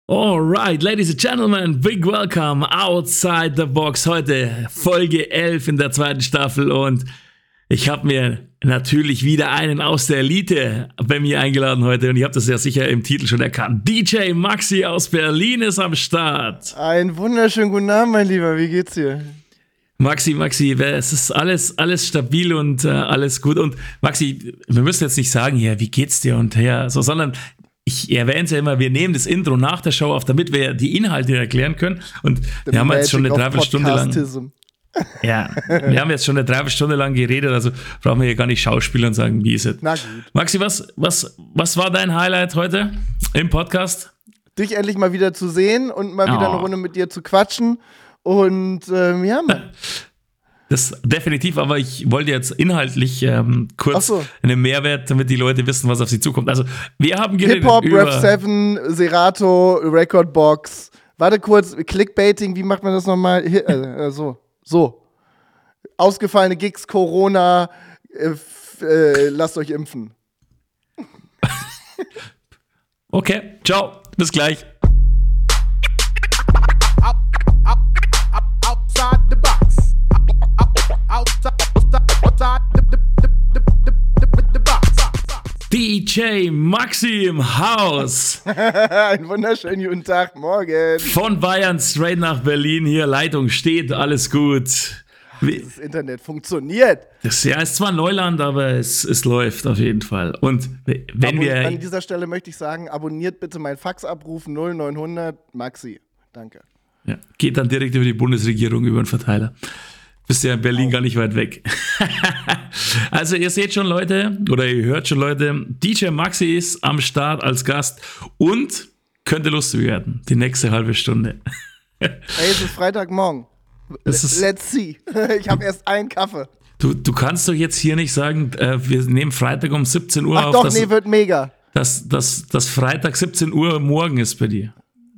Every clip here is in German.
Alright, ladies and gentlemen, big welcome outside the box. Heute Folge 11 in der zweiten Staffel und ich habe mir natürlich wieder einen aus der Elite bei mir eingeladen heute und ihr habt das ja sicher im Titel schon erkannt. DJ Maxi aus Berlin ist am Start. Einen wunderschönen guten Abend, mein Lieber, wie geht's dir? Maxi, es ist alles stabil und alles gut. Und Maxi, wir müssen jetzt nicht sagen, ja, wie geht's dir und ja, so, sondern ich erwähne es ja immer, wir nehmen das Intro nach der Show auf, damit wir die Inhalte erklären können. Und wir haben jetzt schon eine Dreiviertelstunde lang. Ja, wir haben jetzt schon eine Dreiviertelstunde lang geredet, also brauchen wir hier gar nicht Schauspieler und sagen, wie ist es. Na gut. Maxi, was war dein Highlight heute im Podcast? Dich endlich mal wieder zu sehen und mal wieder eine Runde mit dir zu quatschen. Und ja, Mann. Das definitiv, aber ich wollte jetzt inhaltlich kurz einen Mehrwert, damit die Leute wissen, was auf sie zukommt. Also, wir haben geredet Hip-Hop, über Rap 7, Serato, Recordbox. Warte kurz, Clickbaiting, wie macht man das nochmal? So. Ausgefallene Gigs, Corona, lasst euch impfen. Okay, ciao, bis gleich. DJ Maxi im Haus. Einen wunderschönen guten Tag, morgen. Von Bayern straight nach Berlin. Hier, Leitung steht, alles gut. Das Internet funktioniert. Das ist zwar Neuland, aber es läuft auf jeden Fall. Und wenn wir... An dieser Stelle möchte ich sagen, abonniert bitte meinen Faxabruf 0900 Maxi. Danke. Ja, geht dann direkt über die Bundesregierung, über den Verteiler. Bist ja in Berlin gar nicht weit weg. Also ihr seht schon Leute, oder ihr hört schon Leute, DJ Maxi ist am Start als Gast und könnte lustig werden, die nächste halbe Stunde. Hey, es ist Freitagmorgen. Let's see. Ich habe erst einen Kaffee. Du kannst doch jetzt hier nicht sagen, wir nehmen Freitag um 17 Uhr auf. Ach doch, wird mega. Dass Freitag 17 Uhr morgen ist bei dir.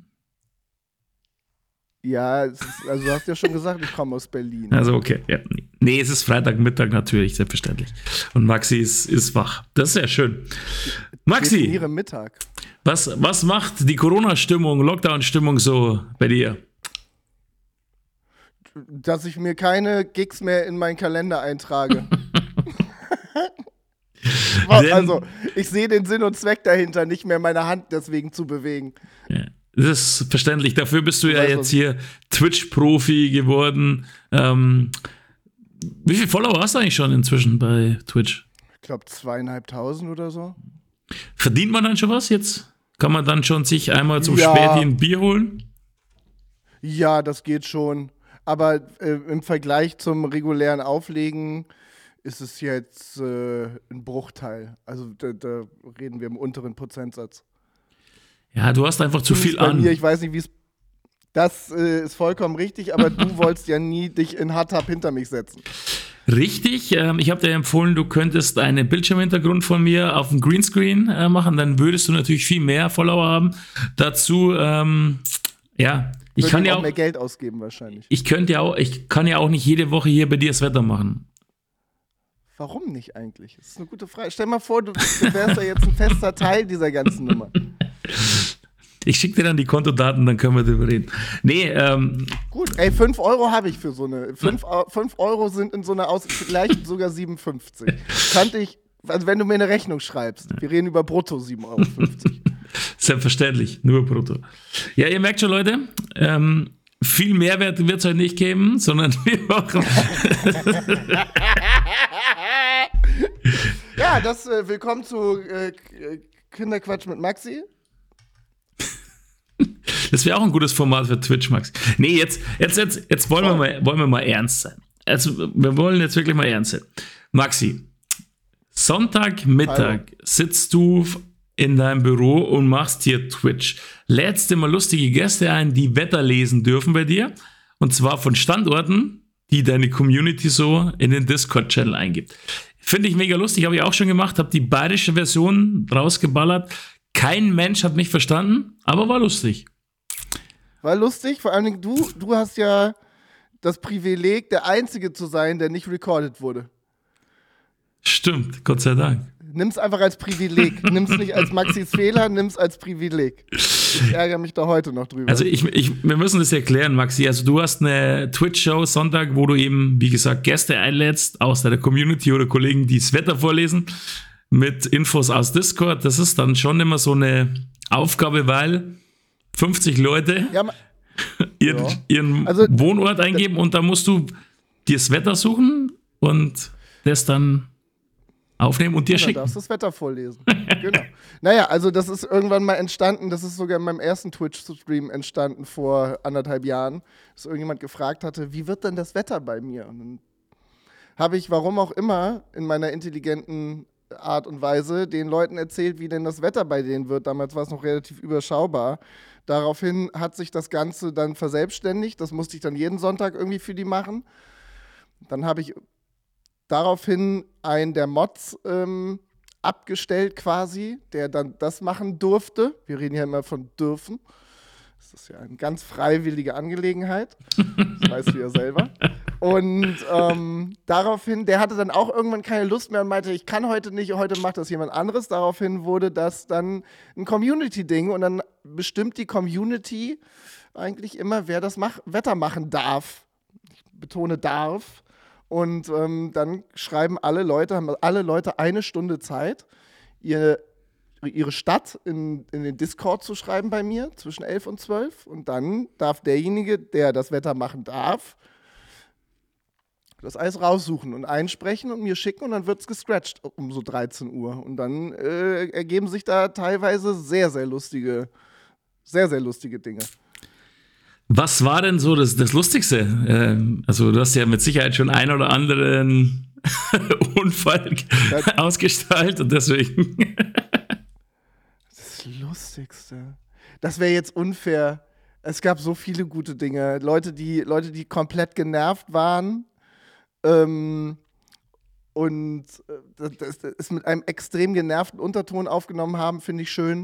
Ja, also du hast ja schon gesagt, ich komme aus Berlin. Also okay, ja. Nee, es ist Freitagmittag natürlich, selbstverständlich. Und Maxi ist wach. Das ist sehr schön. Maxi, definiere Mittag. Was macht die Corona-Stimmung, Lockdown-Stimmung so bei dir? Dass ich mir keine Gigs mehr in meinen Kalender eintrage. Also, ich sehe den Sinn und Zweck dahinter, nicht mehr meine Hand deswegen zu bewegen. Ja. Das ist verständlich. Dafür bist du ja jetzt hier Twitch-Profi geworden. Wie viele Follower hast du eigentlich schon inzwischen bei Twitch? Ich glaube 2.500 oder so. Verdient man dann schon was jetzt? Kann man dann schon sich einmal zum Späti ein Bier holen? Ja, das geht schon. Aber im Vergleich zum regulären Auflegen ist es jetzt ein Bruchteil. Also da reden wir im unteren Prozentsatz. Ja, du hast einfach zu viel an. Mir, ich weiß nicht, wie es. Das ist vollkommen richtig, aber du wolltest ja nie dich in Hardtop hinter mich setzen. Richtig. Ich habe dir empfohlen, du könntest einen Bildschirmhintergrund von mir auf dem Greenscreen machen. Dann würdest du natürlich viel mehr Follower haben. Dazu, ich kann ja auch mehr Geld ausgeben wahrscheinlich. Ich kann ja auch nicht jede Woche hier bei dir das Wetter machen. Warum nicht eigentlich? Das ist eine gute Frage. Stell mal vor, du wärst ja jetzt ein fester Teil dieser ganzen Nummer. Ich schicke dir dann die Kontodaten, dann können wir darüber reden. Nee, gut, 5 Euro habe ich für so eine. 5 Euro sind in so einer vielleicht sogar 57. Kannte ich, also wenn du mir eine Rechnung schreibst, wir reden über brutto 7,50 Euro. Selbstverständlich, nur brutto. Ja, ihr merkt schon, Leute, viel Mehrwert wird es heute nicht geben, sondern wir machen. Ja, willkommen zu Kinderquatsch mit Maxi. Das wäre auch ein gutes Format für Twitch, Max. Nee, jetzt wollen wir mal ernst sein. Also, wir wollen jetzt wirklich mal ernst sein. Maxi, Sonntagmittag sitzt du in deinem Büro und machst hier Twitch. Lädst immer lustige Gäste ein, die Wetter lesen dürfen bei dir. Und zwar von Standorten, die deine Community so in den Discord-Channel eingibt. Finde ich mega lustig, habe ich auch schon gemacht, habe die bayerische Version rausgeballert. Kein Mensch hat mich verstanden, aber war lustig. War lustig, vor allem du hast ja das Privileg, der Einzige zu sein, der nicht recorded wurde. Stimmt, Gott sei Dank. Nimm's einfach als Privileg. Nimm's nicht als Maxis Fehler, nimm's als Privileg. Ich ärgere mich da heute noch drüber. Also wir müssen das erklären, Maxi. Also du hast eine Twitch-Show Sonntag, wo du eben, wie gesagt, Gäste einlädst aus deiner Community oder Kollegen, die das Wetter vorlesen, mit Infos aus Discord. Das ist dann schon immer so eine Aufgabe, weil 50 Leute ihren Wohnort eingeben und da musst du dir das Wetter suchen und das dann aufnehmen und dir schicken. Dann darfst du das Wetter vorlesen. Genau. Naja, also das ist irgendwann mal entstanden, das ist sogar in meinem ersten Twitch-Stream entstanden vor 1,5 Jahren, dass irgendjemand gefragt hatte, wie wird denn das Wetter bei mir? Und dann habe ich, warum auch immer, in meiner intelligenten Art und Weise den Leuten erzählt, wie denn das Wetter bei denen wird. Damals war es noch relativ überschaubar. Daraufhin hat sich das Ganze dann verselbstständigt. Das musste ich dann jeden Sonntag irgendwie für die machen. Dann habe ich daraufhin einen der Mods abgestellt quasi, der dann das machen durfte. Wir reden ja immer von dürfen. Das ist ja eine ganz freiwillige Angelegenheit. Das weißt du ja selber. Und daraufhin, der hatte dann auch irgendwann keine Lust mehr und meinte, ich kann heute nicht, heute macht das jemand anderes. Daraufhin wurde das dann ein Community-Ding und dann bestimmt die Community eigentlich immer, wer das Wetter machen darf. Ich betone darf. Und dann haben alle Leute 1 Stunde Zeit, ihre Stadt in den Discord zu schreiben bei mir zwischen 11 und 12. Und dann darf derjenige, der das Wetter machen darf, das alles raussuchen und einsprechen und mir schicken und dann wird es gescratcht um so 13 Uhr. Und dann ergeben sich da teilweise sehr, sehr lustige Dinge. Was war denn so das Lustigste? Also du hast ja mit Sicherheit schon ein oder anderen Unfall ausgestaltet und deswegen. Das Lustigste. Das wäre jetzt unfair. Es gab so viele gute Dinge. Leute, die komplett genervt waren und das mit einem extrem genervten Unterton aufgenommen haben, finde ich schön.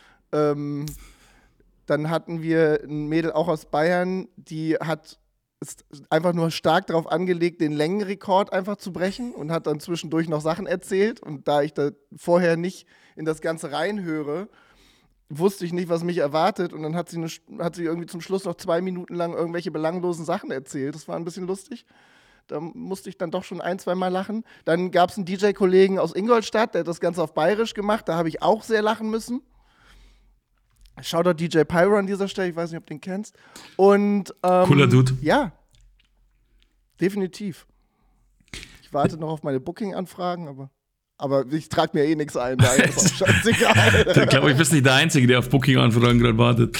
Dann hatten wir ein Mädel auch aus Bayern, die ist einfach nur stark darauf angelegt, den Längenrekord einfach zu brechen und hat dann zwischendurch noch Sachen erzählt. Und da ich da vorher nicht in das Ganze reinhöre, wusste ich nicht, was mich erwartet. Und dann hat sie irgendwie zum Schluss noch 2 Minuten lang irgendwelche belanglosen Sachen erzählt. Das war ein bisschen lustig. Da musste ich dann doch schon 1-2 Mal lachen. Dann gab es einen DJ-Kollegen aus Ingolstadt, der hat das Ganze auf Bayerisch gemacht. Da habe ich auch sehr lachen müssen. Shoutout DJ Pyro an dieser Stelle, ich weiß nicht, ob du den kennst. Und, cooler Dude. Ja, definitiv. Ich warte noch auf meine Booking-Anfragen, aber ich trage mir nichts ein, da ist auch scheißegal. Ich glaube, ich bin nicht der Einzige, der auf Booking-Anfragen gerade wartet.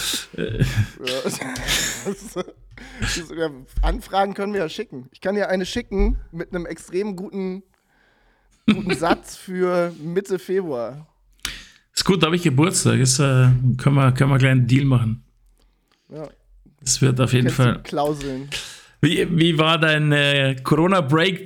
Ja, Anfragen können wir ja schicken. Ich kann ja eine schicken mit einem extrem guten Satz für Mitte Februar. Ist gut, da habe ich Geburtstag. Können wir gleich einen Deal machen. Ja. Das wird auf jeden Fall. Klauseln. Wie war dein Corona-Break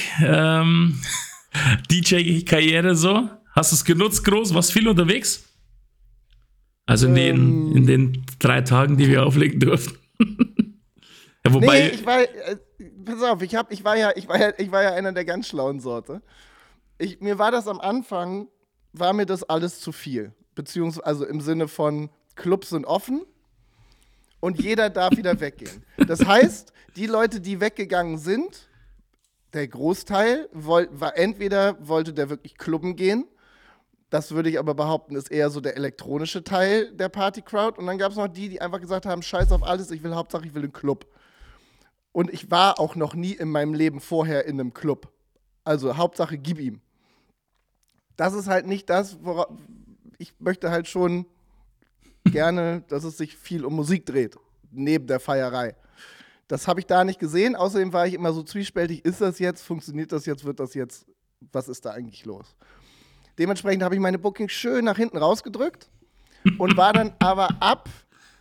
DJ-Karriere so? Hast du es genutzt groß? Warst viel unterwegs? Also in den 3 Tagen, die wir auflegen durften. Ja, wobei. Nee, pass auf, ich war ja einer der ganz schlauen Sorte. Mir war das am Anfang, war mir das alles zu viel. Beziehungsweise also im Sinne von Clubs sind offen und jeder darf wieder weggehen. Das heißt, die Leute, die weggegangen sind, der Großteil wollte der wirklich klubben gehen. Das würde ich aber behaupten, ist eher so der elektronische Teil der Party-Crowd. Und dann gab es noch die einfach gesagt haben, scheiß auf alles, ich will einen Club. Und ich war auch noch nie in meinem Leben vorher in einem Club. Also Hauptsache, gib ihm. Das ist halt nicht das, worauf ich möchte halt schon gerne, dass es sich viel um Musik dreht, neben der Feierei. Das habe ich da nicht gesehen. Außerdem war ich immer so zwiespältig, ist das jetzt, funktioniert das jetzt, wird das jetzt, was ist da eigentlich los? Dementsprechend habe ich meine Bookings schön nach hinten rausgedrückt und war dann aber ab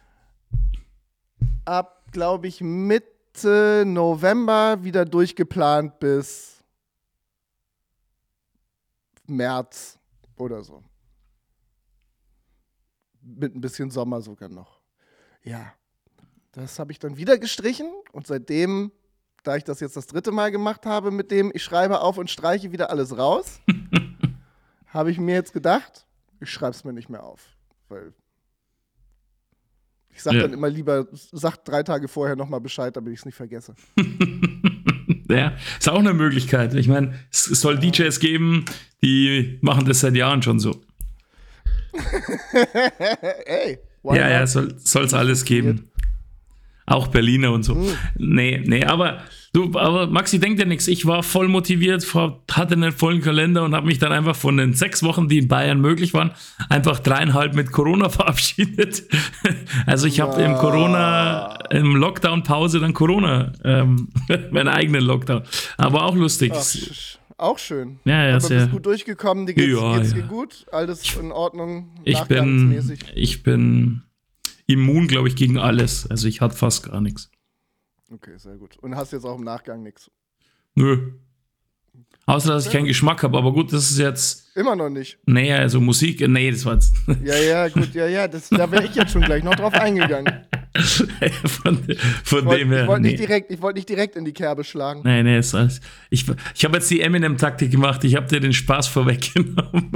glaube ich, Mitte November wieder durchgeplant bis März oder so. Mit ein bisschen Sommer sogar noch. Ja, das habe ich dann wieder gestrichen und seitdem, da ich das jetzt das 3. Mal gemacht habe mit dem, ich schreibe auf und streiche wieder alles raus, habe ich mir jetzt gedacht, ich schreibe es mir nicht mehr auf. Weil ich sage dann immer lieber, sag 3 Tage vorher nochmal Bescheid, damit ich es nicht vergesse. Ja, ist auch eine Möglichkeit. Ich meine, es soll DJs geben, die machen das seit Jahren schon so. Ey, ja, soll es alles geben. Auch Berliner und so. Nee, aber Maxi, denk dir nichts. Ich war voll motiviert, hatte einen vollen Kalender und habe mich dann einfach von den 6 Wochen, die in Bayern möglich waren, einfach 3,5 mit Corona verabschiedet. Also ich habe im Lockdown-Pause dann Corona, meinen eigenen Lockdown. Aber auch lustig. Auch schön. Ja, aber bist gut durchgekommen, geht's dir gut? Alles in Ordnung? Ich bin immun, glaube ich, gegen alles. Also ich hatte fast gar nichts. Okay, sehr gut. Und hast jetzt auch im Nachgang nichts? Nö. Außer, dass ich keinen Geschmack habe. Aber gut, das ist jetzt... Immer noch nicht? Nee, also Musik, nee, das war jetzt... Ja, gut, da wäre ich jetzt schon gleich noch drauf eingegangen. von dem her, ich wollte nicht direkt in die Kerbe schlagen. Nee, ist alles... Ich habe jetzt die Eminem-Taktik gemacht. Ich habe dir den Spaß vorweggenommen.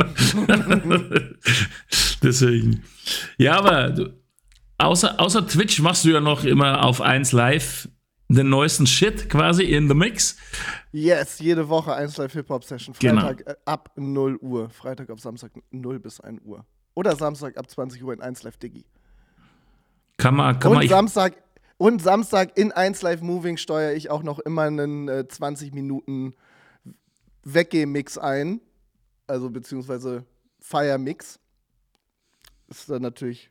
Deswegen. Ja, aber außer Twitch machst du ja noch immer auf 1 Live den neuesten Shit quasi in the Mix. Yes, jede Woche 1 Live Hip-Hop-Session. Freitag ab 0 Uhr. Freitag auf Samstag 0 bis 1 Uhr. Oder Samstag ab 20 Uhr in 1 Live Digi. Und Samstag in 1 Live Moving steuere ich auch noch immer einen 20 Minuten Weggeh-Mix ein. Also beziehungsweise Fire-Mix. Ist dann natürlich...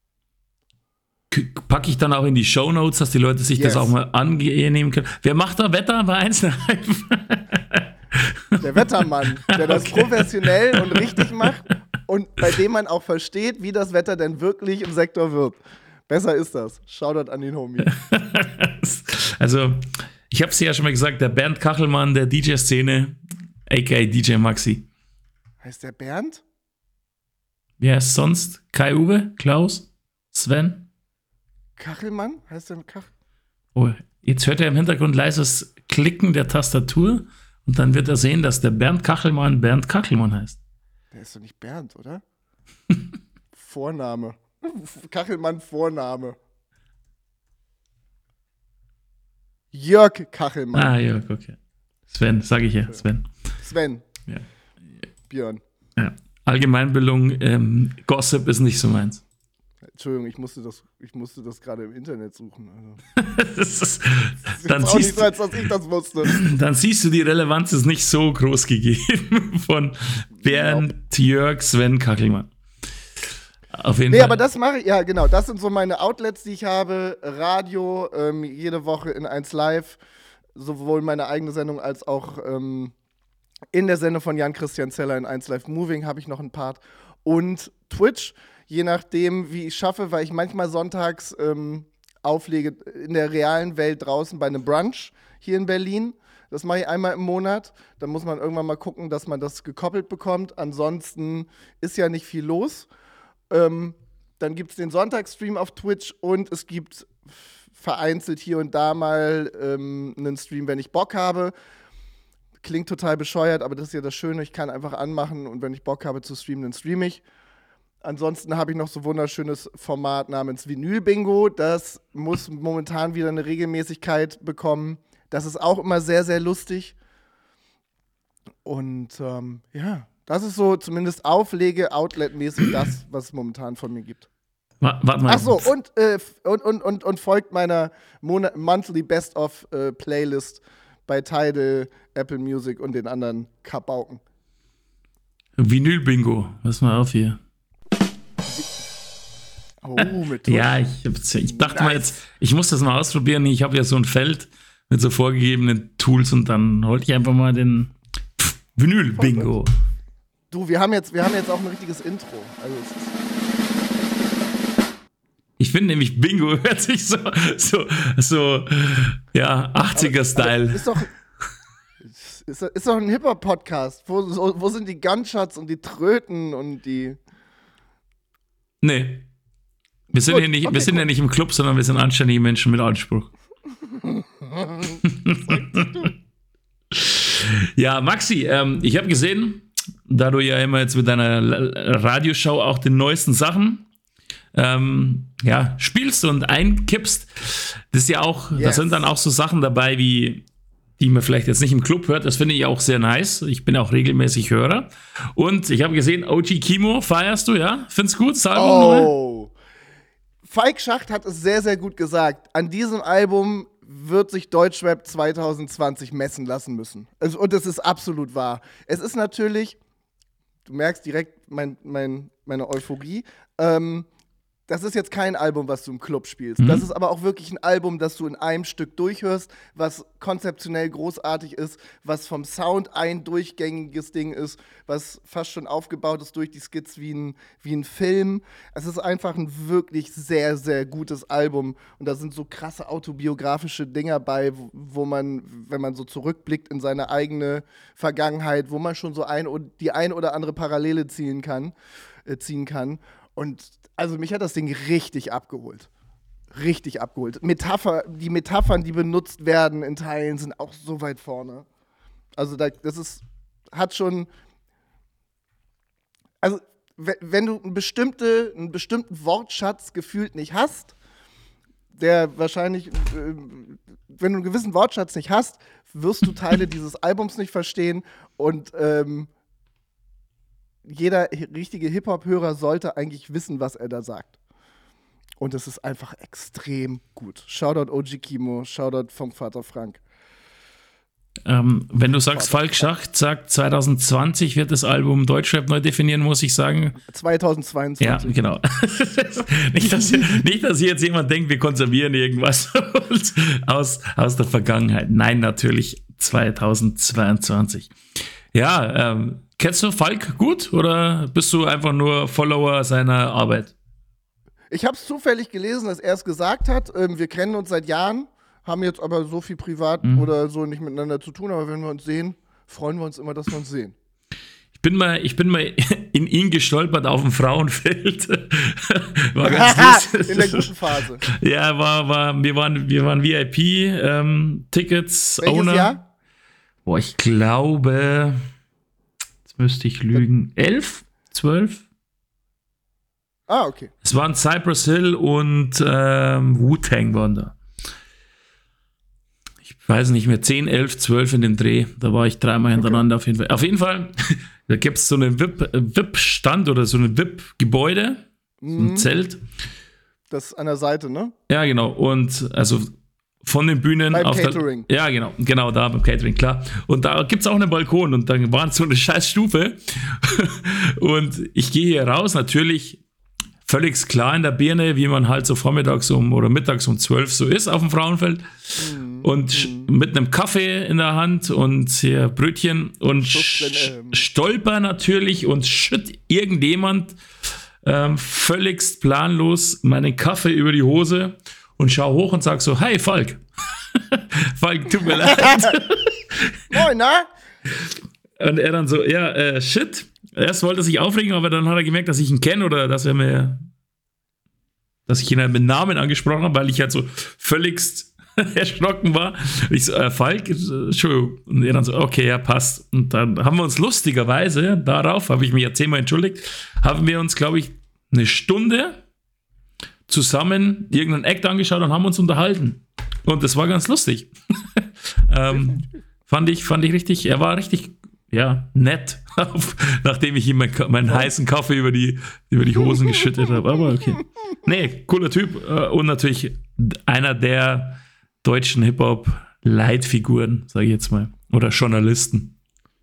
Packe ich dann auch in die Shownotes, dass die Leute sich das auch mal annehmen können. Wer macht da Wetter bei 1 Live? Der Wettermann, der das professionell und richtig macht und bei dem man auch versteht, wie das Wetter denn wirklich im Sektor wird. Besser ist das. Shoutout an den Homie. Also, ich habe es ja schon mal gesagt, der Bernd Kachelmann der DJ-Szene, a.k.a. DJ Maxi. Heißt der Bernd? Wer ist sonst? Kai-Uwe? Klaus? Sven? Kachelmann? Heißt der Kachel? Oh, jetzt hört er im Hintergrund leises Klicken der Tastatur und dann wird er sehen, dass der Bernd Kachelmann Bernd Kachelmann heißt. Der ist doch nicht Bernd, oder? Vorname. Kachelmann Vorname. Jörg Kachelmann. Ah, Jörg, okay. Sven, sage ich ja, Sven. Ja. Björn. Ja. Allgemeinbildung, Gossip ist nicht so meins. Entschuldigung, ich musste das gerade im Internet suchen. Also. Das ist auch nicht so, als dass ich das wusste. Dann siehst du, die Relevanz ist nicht so groß gegeben von Bernd, Jörg, Sven Kachelmann. Auf jeden Fall. Aber das mache ich, ja genau, das sind so meine Outlets, die ich habe. Radio, jede Woche in 1 Live, sowohl meine eigene Sendung als auch in der Sendung von Jan-Christian Zeller in 1 Live Moving habe ich noch einen Part. Und Twitch, je nachdem, wie ich schaffe, weil ich manchmal sonntags auflege in der realen Welt draußen bei einem Brunch hier in Berlin. Das mache ich einmal im Monat. Da muss man irgendwann mal gucken, dass man das gekoppelt bekommt. Ansonsten ist ja nicht viel los. Dann gibt es den Sonntagsstream auf Twitch und es gibt vereinzelt hier und da mal einen Stream, wenn ich Bock habe. Klingt total bescheuert, aber das ist ja das Schöne. Ich kann einfach anmachen und wenn ich Bock habe zu streamen, dann streame ich. Ansonsten habe ich noch so ein wunderschönes Format namens Vinyl-Bingo. Das muss momentan wieder eine Regelmäßigkeit bekommen. Das ist auch immer sehr, sehr lustig. Und das ist so zumindest Auflege-Outlet-mäßig das, was es momentan von mir gibt. Warte mal. Achso, und folgt meiner Monthly Best-of-Playlist bei Tidal, Apple Music und den anderen Kabauken. Vinyl-Bingo, pass mal auf hier. Oh, mit Tusch. Ja, ich dachte mal jetzt, ich muss das mal ausprobieren. Ich habe ja so ein Feld mit so vorgegebenen Tools und dann wollte ich einfach mal den Vinyl-Bingo. Du, wir haben jetzt auch ein richtiges Intro. Also ich finde nämlich Bingo hört sich so 80er-Style. Ist doch ein Hip-Hop-Podcast. Wo sind die Gunshots und die Tröten und die... Nee. Wir sind ja nicht im Club, sondern wir sind anständige Menschen mit Anspruch. Ja, Maxi, ich habe gesehen, da du ja immer jetzt mit deiner Radioshow auch den neuesten Sachen spielst und einkippst, das ist ja auch, da sind dann auch so Sachen dabei, die man vielleicht jetzt nicht im Club hört. Das finde ich auch sehr nice. Ich bin auch regelmäßig Hörer. Und ich habe gesehen, OG Kimo feierst du, ja? Findest gut, das Album? Oh. Falk Schacht hat es sehr, sehr gut gesagt. An diesem Album wird sich Deutschrap 2020 messen lassen müssen. Und das ist absolut wahr. Es ist natürlich, du merkst direkt meine Euphorie, das ist jetzt kein Album, was du im Club spielst. Das ist aber auch wirklich ein Album, das du in einem Stück durchhörst, was konzeptionell großartig ist, was vom Sound ein durchgängiges Ding ist, was fast schon aufgebaut ist durch die Skits wie ein Film. Es ist einfach ein wirklich sehr, sehr gutes Album. Und da sind so krasse autobiografische Dinger bei, wo man, wenn man so zurückblickt in seine eigene Vergangenheit, wo man schon so die ein oder andere Parallele ziehen kann. Und also mich hat das Ding richtig abgeholt. Richtig abgeholt. Die Metaphern, die benutzt werden in Teilen, sind auch so weit vorne. Also hat schon. Also, wenn du einen bestimmten Wortschatz gefühlt nicht hast, der wahrscheinlich, wenn du einen gewissen Wortschatz nicht hast, wirst du Teile dieses Albums nicht verstehen und jeder richtige Hip-Hop-Hörer sollte eigentlich wissen, was er da sagt. Und es ist einfach extrem gut. Shoutout OG Kimo, Shoutout vom Vater Frank. Wenn du sagst, Falk Schacht sagt, 2020 wird das Album Deutschrap neu definieren, muss ich sagen. 2022. Ja, genau. nicht, dass hier jetzt jemand denkt, wir konservieren irgendwas aus der Vergangenheit. Nein, natürlich 2022. Ja, kennst du Falk gut oder bist du einfach nur Follower seiner Arbeit? Ich habe es zufällig gelesen, dass er es gesagt hat. Wir kennen uns seit Jahren, haben jetzt aber so viel privat oder so nicht miteinander zu tun. Aber wenn wir uns sehen, freuen wir uns immer, dass wir uns sehen. Ich bin mal in ihn gestolpert auf dem Frauenfeld. War ganz in der guten Phase. Ja, wir waren VIP-Tickets. Welches Owner. Jahr? Boah, ich glaube, jetzt müsste ich lügen, 11, 12? Ah, okay. Es waren Cypress Hill und Wu-Tang waren da. Ich weiß nicht mehr, 10, 11, 12 in dem Dreh. Da war ich dreimal hintereinander auf jeden Fall. Auf jeden Fall, da gibt es so einen VIP-Stand oder so ein VIP-Gebäude, so ein Zelt. Das an der Seite, ne? Ja, genau. Und also von den Bühnen beim auf Catering. Ja, genau da beim Catering, klar. Und da gibt es auch einen Balkon und da war so eine scheiß Stufe. Und ich gehe hier raus, natürlich völlig klar in der Birne, wie man halt so vormittags oder mittags um 12 so ist auf dem Frauenfeld. Und mit einem Kaffee in der Hand und hier Brötchen und stolper natürlich und schütt irgendjemand völligst planlos meinen Kaffee über die Hose und schau hoch und sag so, hey Falk. Falk, tut mir leid. Moin, na? Und er dann so, ja, shit. Erst wollte er sich aufregen, aber dann hat er gemerkt, dass ich ihn kenne oder dass ich ihn mit Namen angesprochen habe, weil ich halt so völligst erschrocken war. Und ich so, Falk, Entschuldigung. Und er dann so, okay, ja, passt. Und dann haben wir uns lustigerweise, darauf habe ich mich ja 10-mal entschuldigt, haben wir uns, glaube ich, eine Stunde zusammen irgendeinen Act angeschaut und haben uns unterhalten. Und das war ganz lustig. Fand ich richtig, er war richtig, ja, nett, nachdem ich ihm meinen heißen Kaffee über die Hosen geschüttet habe. Aber okay. Nee, cooler Typ. Und natürlich einer der deutschen Hip-Hop-Leitfiguren, sage ich jetzt mal. Oder Journalisten.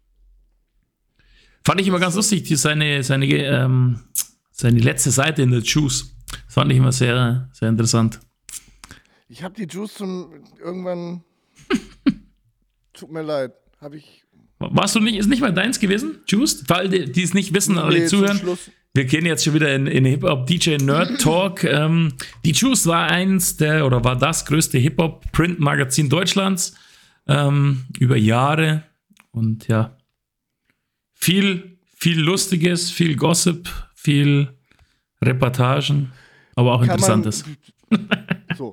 Fand ich immer ganz lustig, seine letzte Seite in der Juice. Das fand ich immer sehr, sehr interessant. Ich habe die Juice irgendwann. Tut mir leid. Warst du nicht, ist nicht mal deins gewesen, Juice? Weil die es nicht wissen, alle zuhören. Wir gehen jetzt schon wieder in Hip-Hop-DJ-Nerd-Talk. Die Juice war war das größte Hip-Hop-Print-Magazin Deutschlands über Jahre. Und ja, viel Lustiges, viel Gossip, viel Reportagen, aber auch Interessantes. So.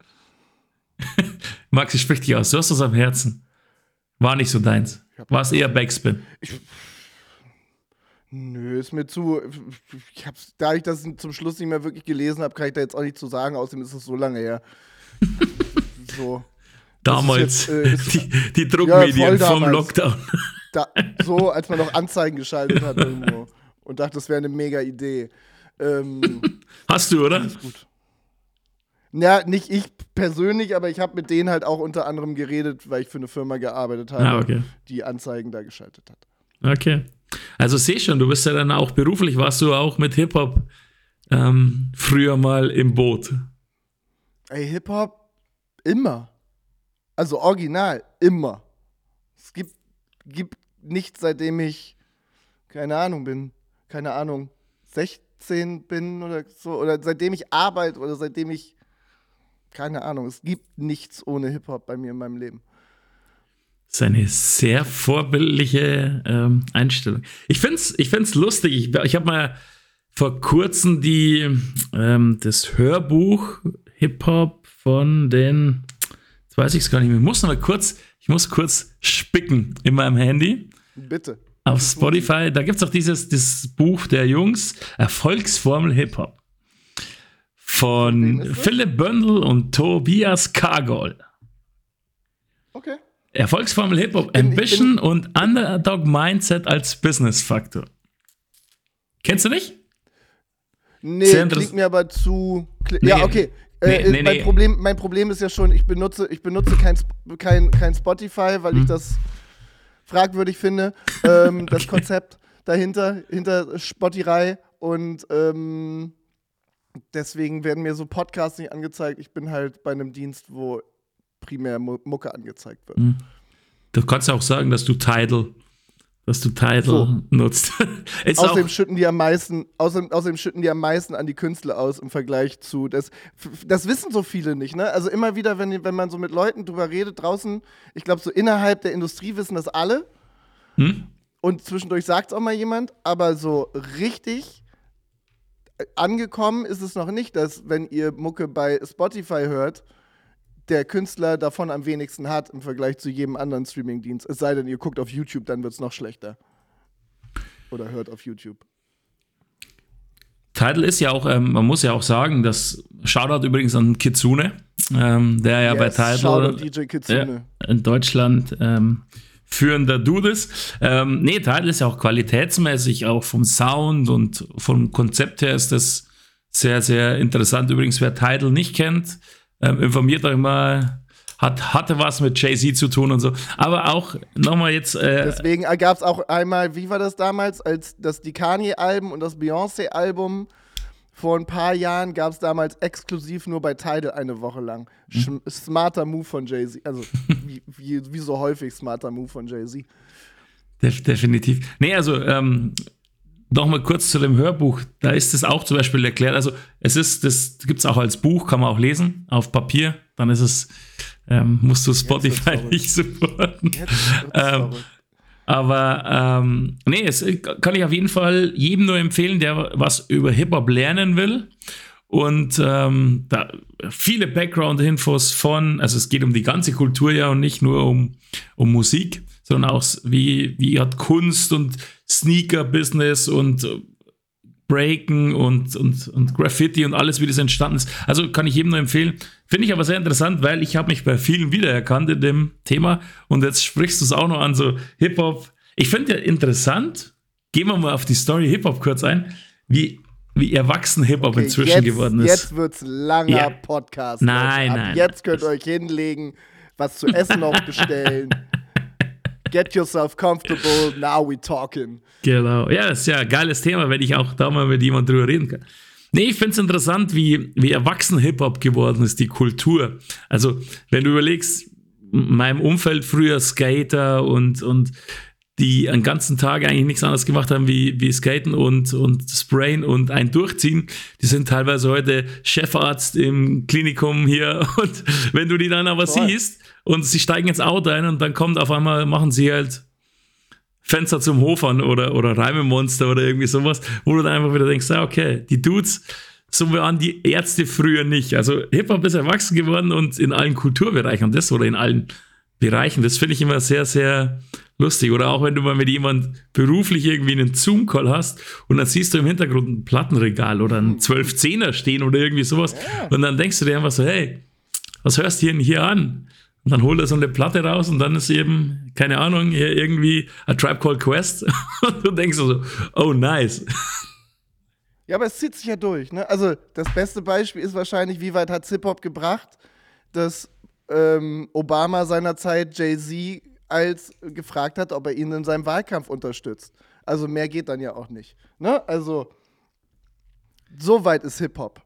Maxi, sprich dich aus. Du hast das am Herzen. War nicht so deins. War es eher Backspin? Nö, ist mir zu. Da ich das zum Schluss nicht mehr wirklich gelesen habe, kann ich da jetzt auch nicht zu sagen. Außerdem ist es so lange her. So. Damals, Jetzt, die Druckmedien ja, vom Lockdown. So, als man noch Anzeigen geschaltet hat irgendwo. Und dachte, das wäre eine mega Idee. Hast du, oder? Alles gut. Ja, nicht ich persönlich, aber ich habe mit denen halt auch unter anderem geredet, weil ich für eine Firma gearbeitet habe, okay. die Anzeigen da geschaltet hat. Okay. Also sehe schon, du bist ja dann auch beruflich, warst du auch mit Hip-Hop früher mal im Boot. Ey, Hip-Hop immer. Also original, immer. Es gibt nichts, seitdem ich, keine Ahnung, 16 bin oder so, oder seitdem ich arbeite oder seitdem ich, keine Ahnung, es gibt nichts ohne Hip-Hop bei mir in meinem Leben. Das ist eine sehr vorbildliche Einstellung. Ich find's lustig. Ich habe mal vor kurzem das Hörbuch Hip-Hop von den, jetzt weiß ich es gar nicht mehr, ich muss kurz spicken in meinem Handy. Bitte. Auf Spotify, da gibt es auch dieses Buch der Jungs, Erfolgsformel Hip-Hop. Von Philipp Bündel und Tobias Kargol. Okay. Erfolgsformel Hip-Hop, Ambition und Underdog-Mindset als Business-Faktor. Kennst du nicht? Nee, klingt mir aber zu... Ja, okay. Mein Problem ist ja schon, ich benutze kein Spotify, weil ich das fragwürdig finde, das Konzept dahinter, hinter Spotify. Und deswegen werden mir so Podcasts nicht angezeigt. Ich bin halt bei einem Dienst, wo primär Mucke angezeigt wird. Du kannst ja auch sagen, dass du Tidal nutzt. Außerdem schütten die am meisten an die Künstler aus im Vergleich zu das wissen so viele nicht, ne? Also immer wieder, wenn man so mit Leuten drüber redet draußen, ich glaube so innerhalb der Industrie wissen das alle. Und zwischendurch sagt es auch mal jemand, aber so richtig angekommen ist es noch nicht, dass wenn ihr Mucke bei Spotify hört, der Künstler davon am wenigsten hat im Vergleich zu jedem anderen Streamingdienst. Es sei denn, ihr guckt auf YouTube, dann wird es noch schlechter. Oder hört auf YouTube. Tidal ist ja auch, man muss ja auch sagen, das Shoutout übrigens an Kitsune, der ja bei Tidal Shoutout DJ Kitsune. In Deutschland führender Dude ist. Tidal ist ja auch qualitätsmäßig, auch vom Sound und vom Konzept her ist das sehr, sehr interessant. Übrigens, wer Tidal nicht kennt, informiert euch mal, hatte was mit Jay-Z zu tun und so. Aber auch nochmal jetzt. Deswegen gab es auch einmal, wie war das damals, als die Kanye-Alben und das Beyoncé-Album vor ein paar Jahren gab es damals exklusiv nur bei Tidal eine Woche lang. Smarter Move von Jay-Z. Also wie so häufig smarter Move von Jay-Z. Definitiv. Nee, also nochmal kurz zu dem Hörbuch, da ist es auch zum Beispiel erklärt, also das gibt es auch als Buch, kann man auch lesen, auf Papier, dann ist es, musst du Spotify nicht supporten. Es kann ich auf jeden Fall jedem nur empfehlen, der was über Hip-Hop lernen will und da viele Background-Infos also es geht um die ganze Kultur ja und nicht nur um Musik, sondern auch wie hat Kunst und Sneaker-Business und Breaken und Graffiti und alles, wie das entstanden ist. Also kann ich jedem nur empfehlen. Finde ich aber sehr interessant, weil ich habe mich bei vielen wiedererkannt in dem Thema und jetzt sprichst du es auch noch an, so Hip-Hop. Ich finde ja interessant, gehen wir mal auf die Story Hip-Hop kurz ein, wie erwachsen Hip-Hop inzwischen geworden ist. Jetzt wird's langer Podcast. Nein. Jetzt könnt ihr euch hinlegen, was zu essen noch bestellen. Get yourself comfortable, now we talking. Genau. Ja, das ist ja ein geiles Thema, wenn ich auch da mal mit jemandem drüber reden kann. Nee, ich finde es interessant, wie erwachsen Hip-Hop geworden ist, die Kultur. Also, wenn du überlegst, in meinem Umfeld früher Skater und die einen ganzen Tag eigentlich nichts anderes gemacht haben wie Skaten und Sprayen und ein Durchziehen, die sind teilweise heute Chefarzt im Klinikum hier und wenn du die dann aber siehst und sie steigen ins Auto ein und dann kommt auf einmal, machen sie halt Fenster zum Hof an oder Reimemonster oder irgendwie sowas, wo du dann einfach wieder denkst, okay, die Dudes, so waren die Ärzte früher nicht. Also Hip-Hop ist erwachsen geworden und in allen Kulturbereichen und das oder in allen bereichern. Das finde ich immer sehr, sehr lustig. Oder auch wenn du mal mit jemand beruflich irgendwie einen Zoom-Call hast und dann siehst du im Hintergrund ein Plattenregal oder ein 12-10er stehen oder irgendwie sowas. Ja. Und dann denkst du dir einfach so, hey, was hörst du denn hier an? Und dann holt er so eine Platte raus und dann ist eben, keine Ahnung, hier irgendwie A Tribe Called Quest. Und du denkst so, oh, nice. Ja, aber es zieht sich ja durch, ne? Also das beste Beispiel ist wahrscheinlich, wie weit hat Hip-Hop gebracht, dass Obama seinerzeit Jay-Z gefragt hat, ob er ihn in seinem Wahlkampf unterstützt. Also mehr geht dann ja auch nicht, ne? Also so weit ist Hip-Hop.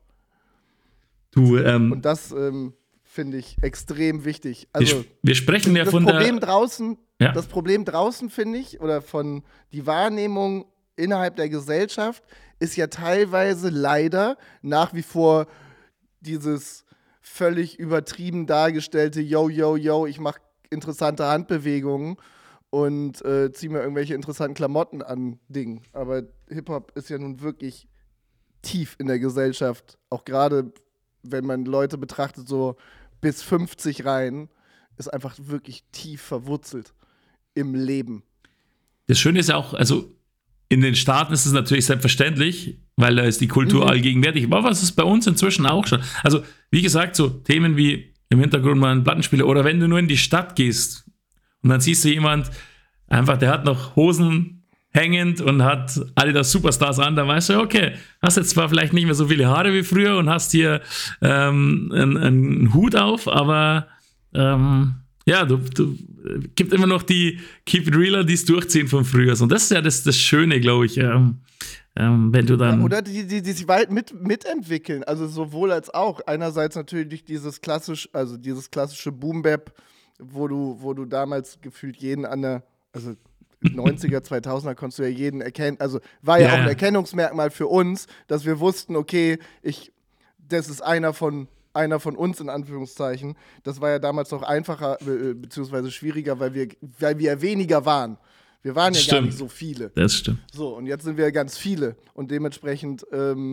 Und das finde ich extrem wichtig. Also wir sprechen ja von Das Problem draußen, finde ich, oder von die Wahrnehmung innerhalb der Gesellschaft ist ja teilweise leider nach wie vor dieses völlig übertrieben dargestellte yo, ich mache interessante Handbewegungen und ziehe mir irgendwelche interessanten Klamotten an Ding. Aber Hip-Hop ist ja nun wirklich tief in der Gesellschaft, auch gerade wenn man Leute betrachtet, so bis 50 rein, ist einfach wirklich tief verwurzelt im Leben. Das Schöne ist ja auch, also in den Staaten ist es natürlich selbstverständlich, weil da ist die Kultur allgegenwärtig. Aber was ist bei uns inzwischen auch schon? Also, wie gesagt, so Themen wie im Hintergrund mal ein Plattenspieler oder wenn du nur in die Stadt gehst und dann siehst du jemand, einfach, der hat noch Hosen hängend und hat Adidas Superstars an, dann weißt du, okay, hast jetzt zwar vielleicht nicht mehr so viele Haare wie früher und hast hier einen Hut auf, aber ja, du gibt immer noch die Keep It Realer, die es durchziehen von früher. Und das ist ja das Schöne, glaube ich, wenn du dann... Ja, oder die sich weit mitentwickeln, also sowohl als auch. Einerseits natürlich dieses klassische Boom-Bap, wo du damals gefühlt jeden an der, also 90er, 2000er konntest du ja jeden erkennen, also war ja auch ein Erkennungsmerkmal für uns, dass wir wussten, okay, das ist einer von uns, in Anführungszeichen. Das war ja damals noch einfacher, beziehungsweise schwieriger, weil wir weniger waren. Wir waren ja gar nicht so viele. Das stimmt. So, und jetzt sind wir ganz viele. Und dementsprechend,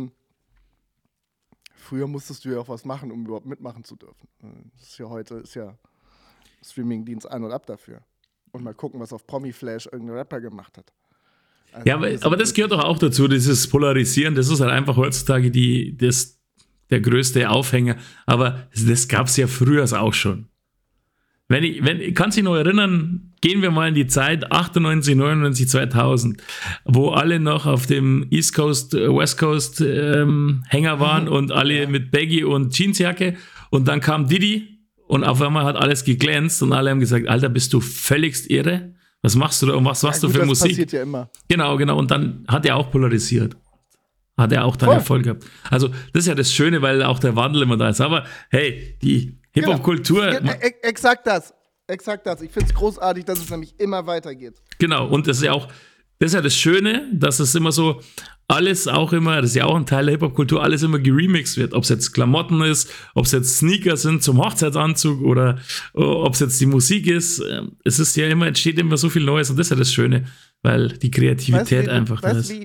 früher musstest du ja auch was machen, um überhaupt mitmachen zu dürfen. Das ist ja heute, Streamingdienst an und ab dafür. Und mal gucken, was auf Promiflash irgendein Rapper gemacht hat. Also, ja, aber das gehört doch auch dazu, dieses Polarisieren. Das ist halt einfach heutzutage der größte Aufhänger. Aber das gab es ja früher auch schon. Kannst du dich noch erinnern, gehen wir mal in die Zeit 98, 99, 2000, wo alle noch auf dem East Coast, West Coast Hänger waren und alle mit Baggy und Jeansjacke. Und dann kam Diddy und auf einmal hat alles geglänzt und alle haben gesagt, Alter, bist du völligst irre? Was machst du da und was machst du für Musik? Das passiert ja immer. Genau. Und dann hat er auch polarisiert. Hat er auch dann Erfolg gehabt. Also das ist ja das Schöne, weil auch der Wandel immer da ist. Aber hey, die Hip-Hop-Kultur... Genau. Exakt das. Ich finde es großartig, dass es nämlich immer weitergeht. Genau, und das ist ja das Schöne, dass es immer so alles auch immer, das ist ja auch ein Teil der Hip-Hop-Kultur, alles immer geremixed wird. Ob es jetzt Klamotten ist, ob es jetzt Sneaker sind zum Hochzeitsanzug oder ob es jetzt die Musik ist. Es ist ja immer, entsteht immer so viel Neues und das ist ja das Schöne, weil die Kreativität einfach da ist.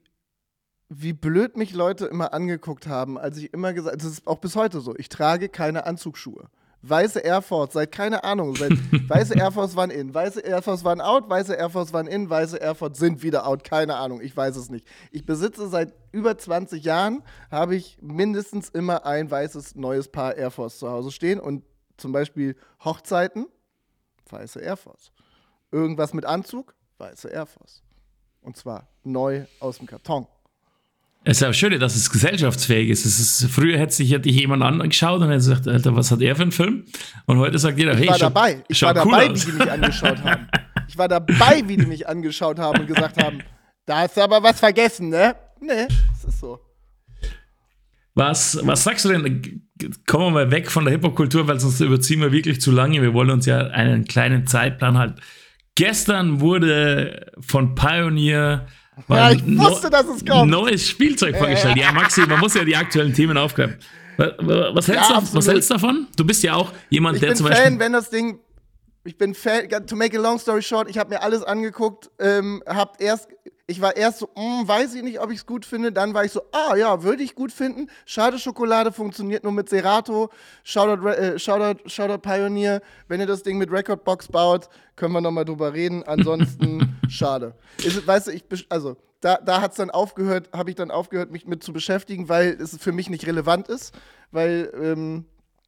Wie blöd mich Leute immer angeguckt haben, als ich immer gesagt habe, das ist auch bis heute so, ich trage keine Anzugsschuhe. Weiße Air Force, weiße Air Force waren in, weiße Air Force waren out, weiße Air Force waren in, weiße Air Force sind wieder out, keine Ahnung, ich weiß es nicht. Ich besitze seit über 20 Jahren, habe ich mindestens immer ein weißes neues Paar Air Force zu Hause stehen und zum Beispiel Hochzeiten, weiße Air Force. Irgendwas mit Anzug, weiße Air Force. Und zwar neu aus dem Karton. Es ist ja schön, dass es gesellschaftsfähig ist. Früher hätte sich jemand angeschaut und hätte gesagt, Alter, was hat er für einen Film? Und heute sagt jeder, hey, Ich war dabei, wie die mich angeschaut haben. Ich war dabei, wie die mich angeschaut haben und gesagt haben, da hast du aber was vergessen, ne? Nee, das ist so. Was sagst du denn? Kommen wir mal weg von der Hip-Hop-Kultur, weil sonst überziehen wir wirklich zu lange. Wir wollen uns ja einen kleinen Zeitplan halten. Gestern wurde von Pioneer ich wusste, dass es kommt. Neues Spielzeug vorgestellt. Ja, Maxi, man muss ja die aktuellen Themen aufgreifen. Was hältst du davon? Du bist ja auch jemand, der zum Beispiel... Ich bin Fan, to make a long story short, ich habe mir alles angeguckt, Ich war erst so, weiß ich nicht, ob ich es gut finde. Dann war ich so, ja, würde ich gut finden. Schade, Schokolade funktioniert nur mit Serato. Shoutout Pioneer. Wenn ihr das Ding mit Recordbox baut, können wir nochmal drüber reden. Ansonsten, schade. Weißt du, da hat's dann aufgehört, habe ich dann aufgehört, mich mit zu beschäftigen, weil es für mich nicht relevant ist. Weil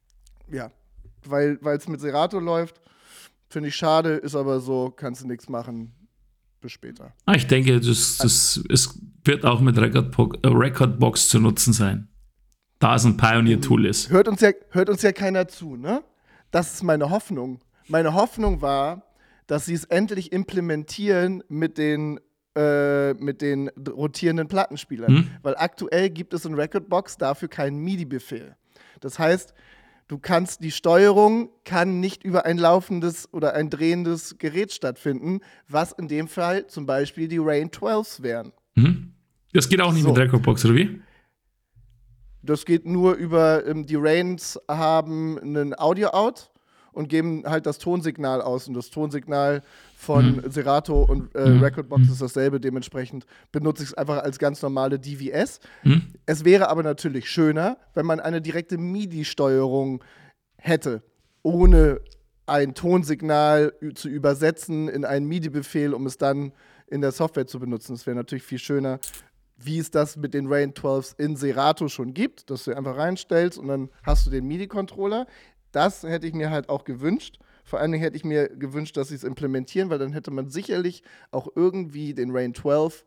es mit Serato läuft. Finde ich schade, ist aber so, kannst du nichts machen. Bis später. Ich denke, es wird auch mit Recordbox zu nutzen sein. Da es ein Pioneer-Tool ist. Hört uns ja keiner zu, ne? Das ist meine Hoffnung. Meine Hoffnung war, dass sie es endlich implementieren mit den rotierenden Plattenspielern. Weil aktuell gibt es in Recordbox dafür keinen MIDI-Befehl. Das heißt, die Steuerung kann nicht über ein laufendes oder ein drehendes Gerät stattfinden, was in dem Fall zum Beispiel die Rain 12s wären. Das geht auch nicht mit Recordbox, oder wie? Das geht nur über, die Rains haben einen Audio-Out und geben halt das Tonsignal aus. Und das Tonsignal von Serato und Recordbox ist dasselbe. Dementsprechend benutze ich es einfach als ganz normale DVS. Es wäre aber natürlich schöner, wenn man eine direkte MIDI-Steuerung hätte, ohne ein Tonsignal zu übersetzen in einen MIDI-Befehl, um es dann in der Software zu benutzen. Das wäre natürlich viel schöner, wie es das mit den Rain 12s in Serato schon gibt, dass du einfach reinstellst und dann hast du den MIDI-Controller. Das hätte ich mir halt auch gewünscht. Vor allen Dingen hätte ich mir gewünscht, dass sie es implementieren, weil dann hätte man sicherlich auch irgendwie den Rain 12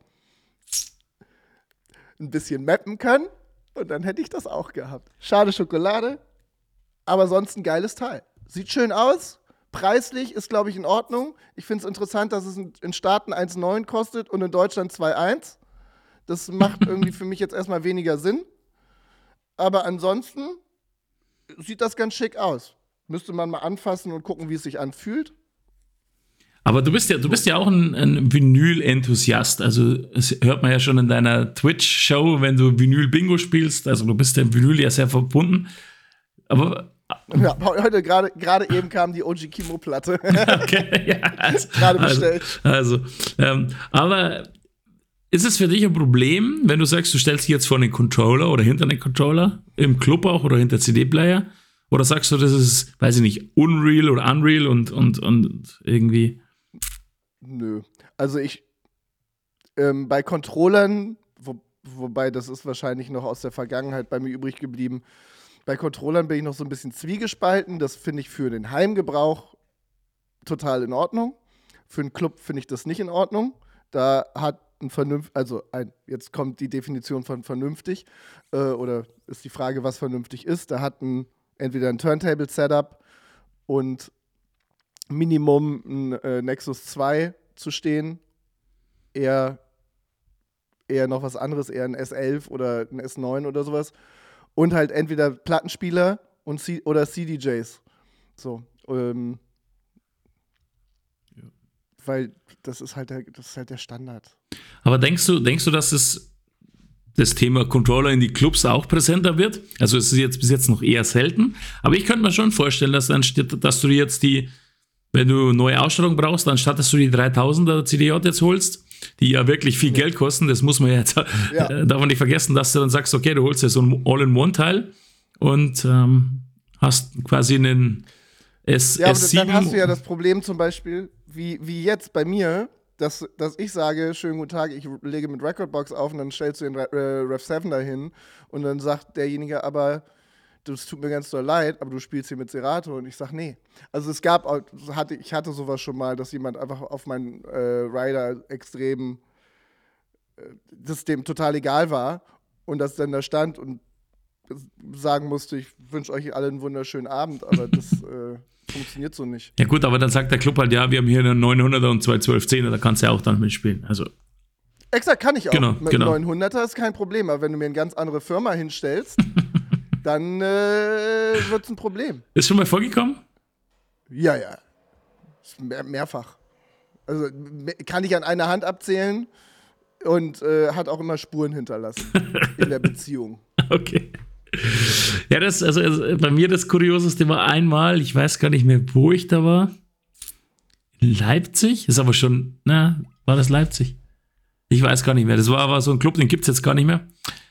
ein bisschen mappen können und dann hätte ich das auch gehabt. Schade Schokolade, aber sonst ein geiles Teil. Sieht schön aus, preislich ist, glaube ich, in Ordnung. Ich finde es interessant, dass es in Staaten 1,9 kostet und in Deutschland 2,1. Das macht irgendwie für mich jetzt erstmal weniger Sinn. Aber ansonsten sieht das ganz schick aus. Müsste man mal anfassen und gucken, wie es sich anfühlt. Aber du bist ja auch ein Vinyl-Enthusiast. Also das hört man ja schon in deiner Twitch-Show, wenn du Vinyl-Bingo spielst. Also du bist dem Vinyl ja sehr verbunden. Aber ja, heute gerade eben kam die OG Kimo-Platte. Okay, ja. Gerade bestellt. Aber ist es für dich ein Problem, wenn du sagst, du stellst dich jetzt vor einen Controller oder hinter einen Controller, im Club auch oder hinter CD-Player? Oder sagst du, das ist, weiß ich nicht, Unreal oder Unreal und irgendwie? Nö. Also bei Controllern, wobei das ist wahrscheinlich noch aus der Vergangenheit bei mir übrig geblieben, bei Controllern bin ich noch so ein bisschen zwiegespalten. Das finde ich für den Heimgebrauch total in Ordnung. Für einen Club finde ich das nicht in Ordnung. Da hat jetzt kommt die Definition von vernünftig, oder ist die Frage, was vernünftig ist. Da hat entweder ein Turntable-Setup und Minimum ein Nexus 2 zu stehen, eher noch was anderes, eher ein S11 oder ein S9 oder sowas. Und halt entweder Plattenspieler oder CDJs. So. Weil das ist halt der Standard. Aber denkst du, dass das Thema Controller in die Clubs auch präsenter wird? Also es ist jetzt bis jetzt noch eher selten. Aber ich könnte mir schon vorstellen, dass du dir jetzt wenn du neue Ausstattung brauchst, anstatt dass du die 3000er CDJ jetzt holst, die ja wirklich viel Geld kosten, das muss man jetzt, darf man nicht vergessen, dass du dann sagst, okay, du holst ja so ein All-in-One-Teil und hast quasi einen S7. Ja, aber dann hast du ja das Problem zum Beispiel, wie jetzt bei mir, dass ich sage, schönen guten Tag, ich lege mit Recordbox auf und dann stellst du den Rev 7 dahin und dann sagt derjenige, aber das tut mir ganz doll leid, aber du spielst hier mit Serato und ich sag, nee. Also ich hatte sowas schon mal, dass jemand einfach auf meinen Rider extrem, das dem total egal war und das dann da stand und sagen musste, ich wünsche euch alle einen wunderschönen Abend, aber das funktioniert so nicht. Ja gut, aber dann sagt der Club halt, ja, wir haben hier einen 900er und zwei 1210er, da kannst du ja auch dann mitspielen. Also exakt, kann ich auch. Genau, mit genau. 900er ist kein Problem, aber wenn du mir eine ganz andere Firma hinstellst, dann wird es ein Problem. Ist schon mal vorgekommen? Ja. Mehrfach. Also kann ich an einer Hand abzählen und hat auch immer Spuren hinterlassen in der Beziehung. Okay. Ja, bei mir das Kurioseste war einmal, ich weiß gar nicht mehr, wo ich da war. In Leipzig? Ist aber schon, war das Leipzig? Ich weiß gar nicht mehr. Das war aber so ein Club, den gibt es jetzt gar nicht mehr.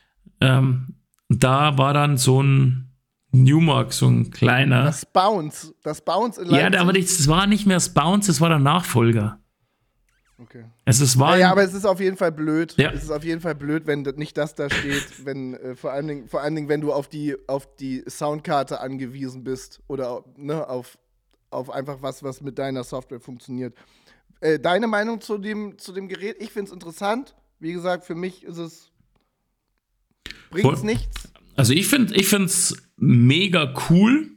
Da war dann so ein Newmark, so ein kleiner. Das Bounce in Leipzig. Ja, aber das war nicht mehr das Bounce, das war der Nachfolger. Okay. Es war ja, aber es ist auf jeden Fall blöd. Ja. Es ist auf jeden Fall blöd, wenn nicht das da steht, wenn vor allen Dingen, wenn du auf die Soundkarte angewiesen bist oder ne, auf einfach was mit deiner Software funktioniert. Deine Meinung zu dem Gerät? Ich finde es interessant. Wie gesagt, für mich bringt es nichts. Also ich finde es mega cool.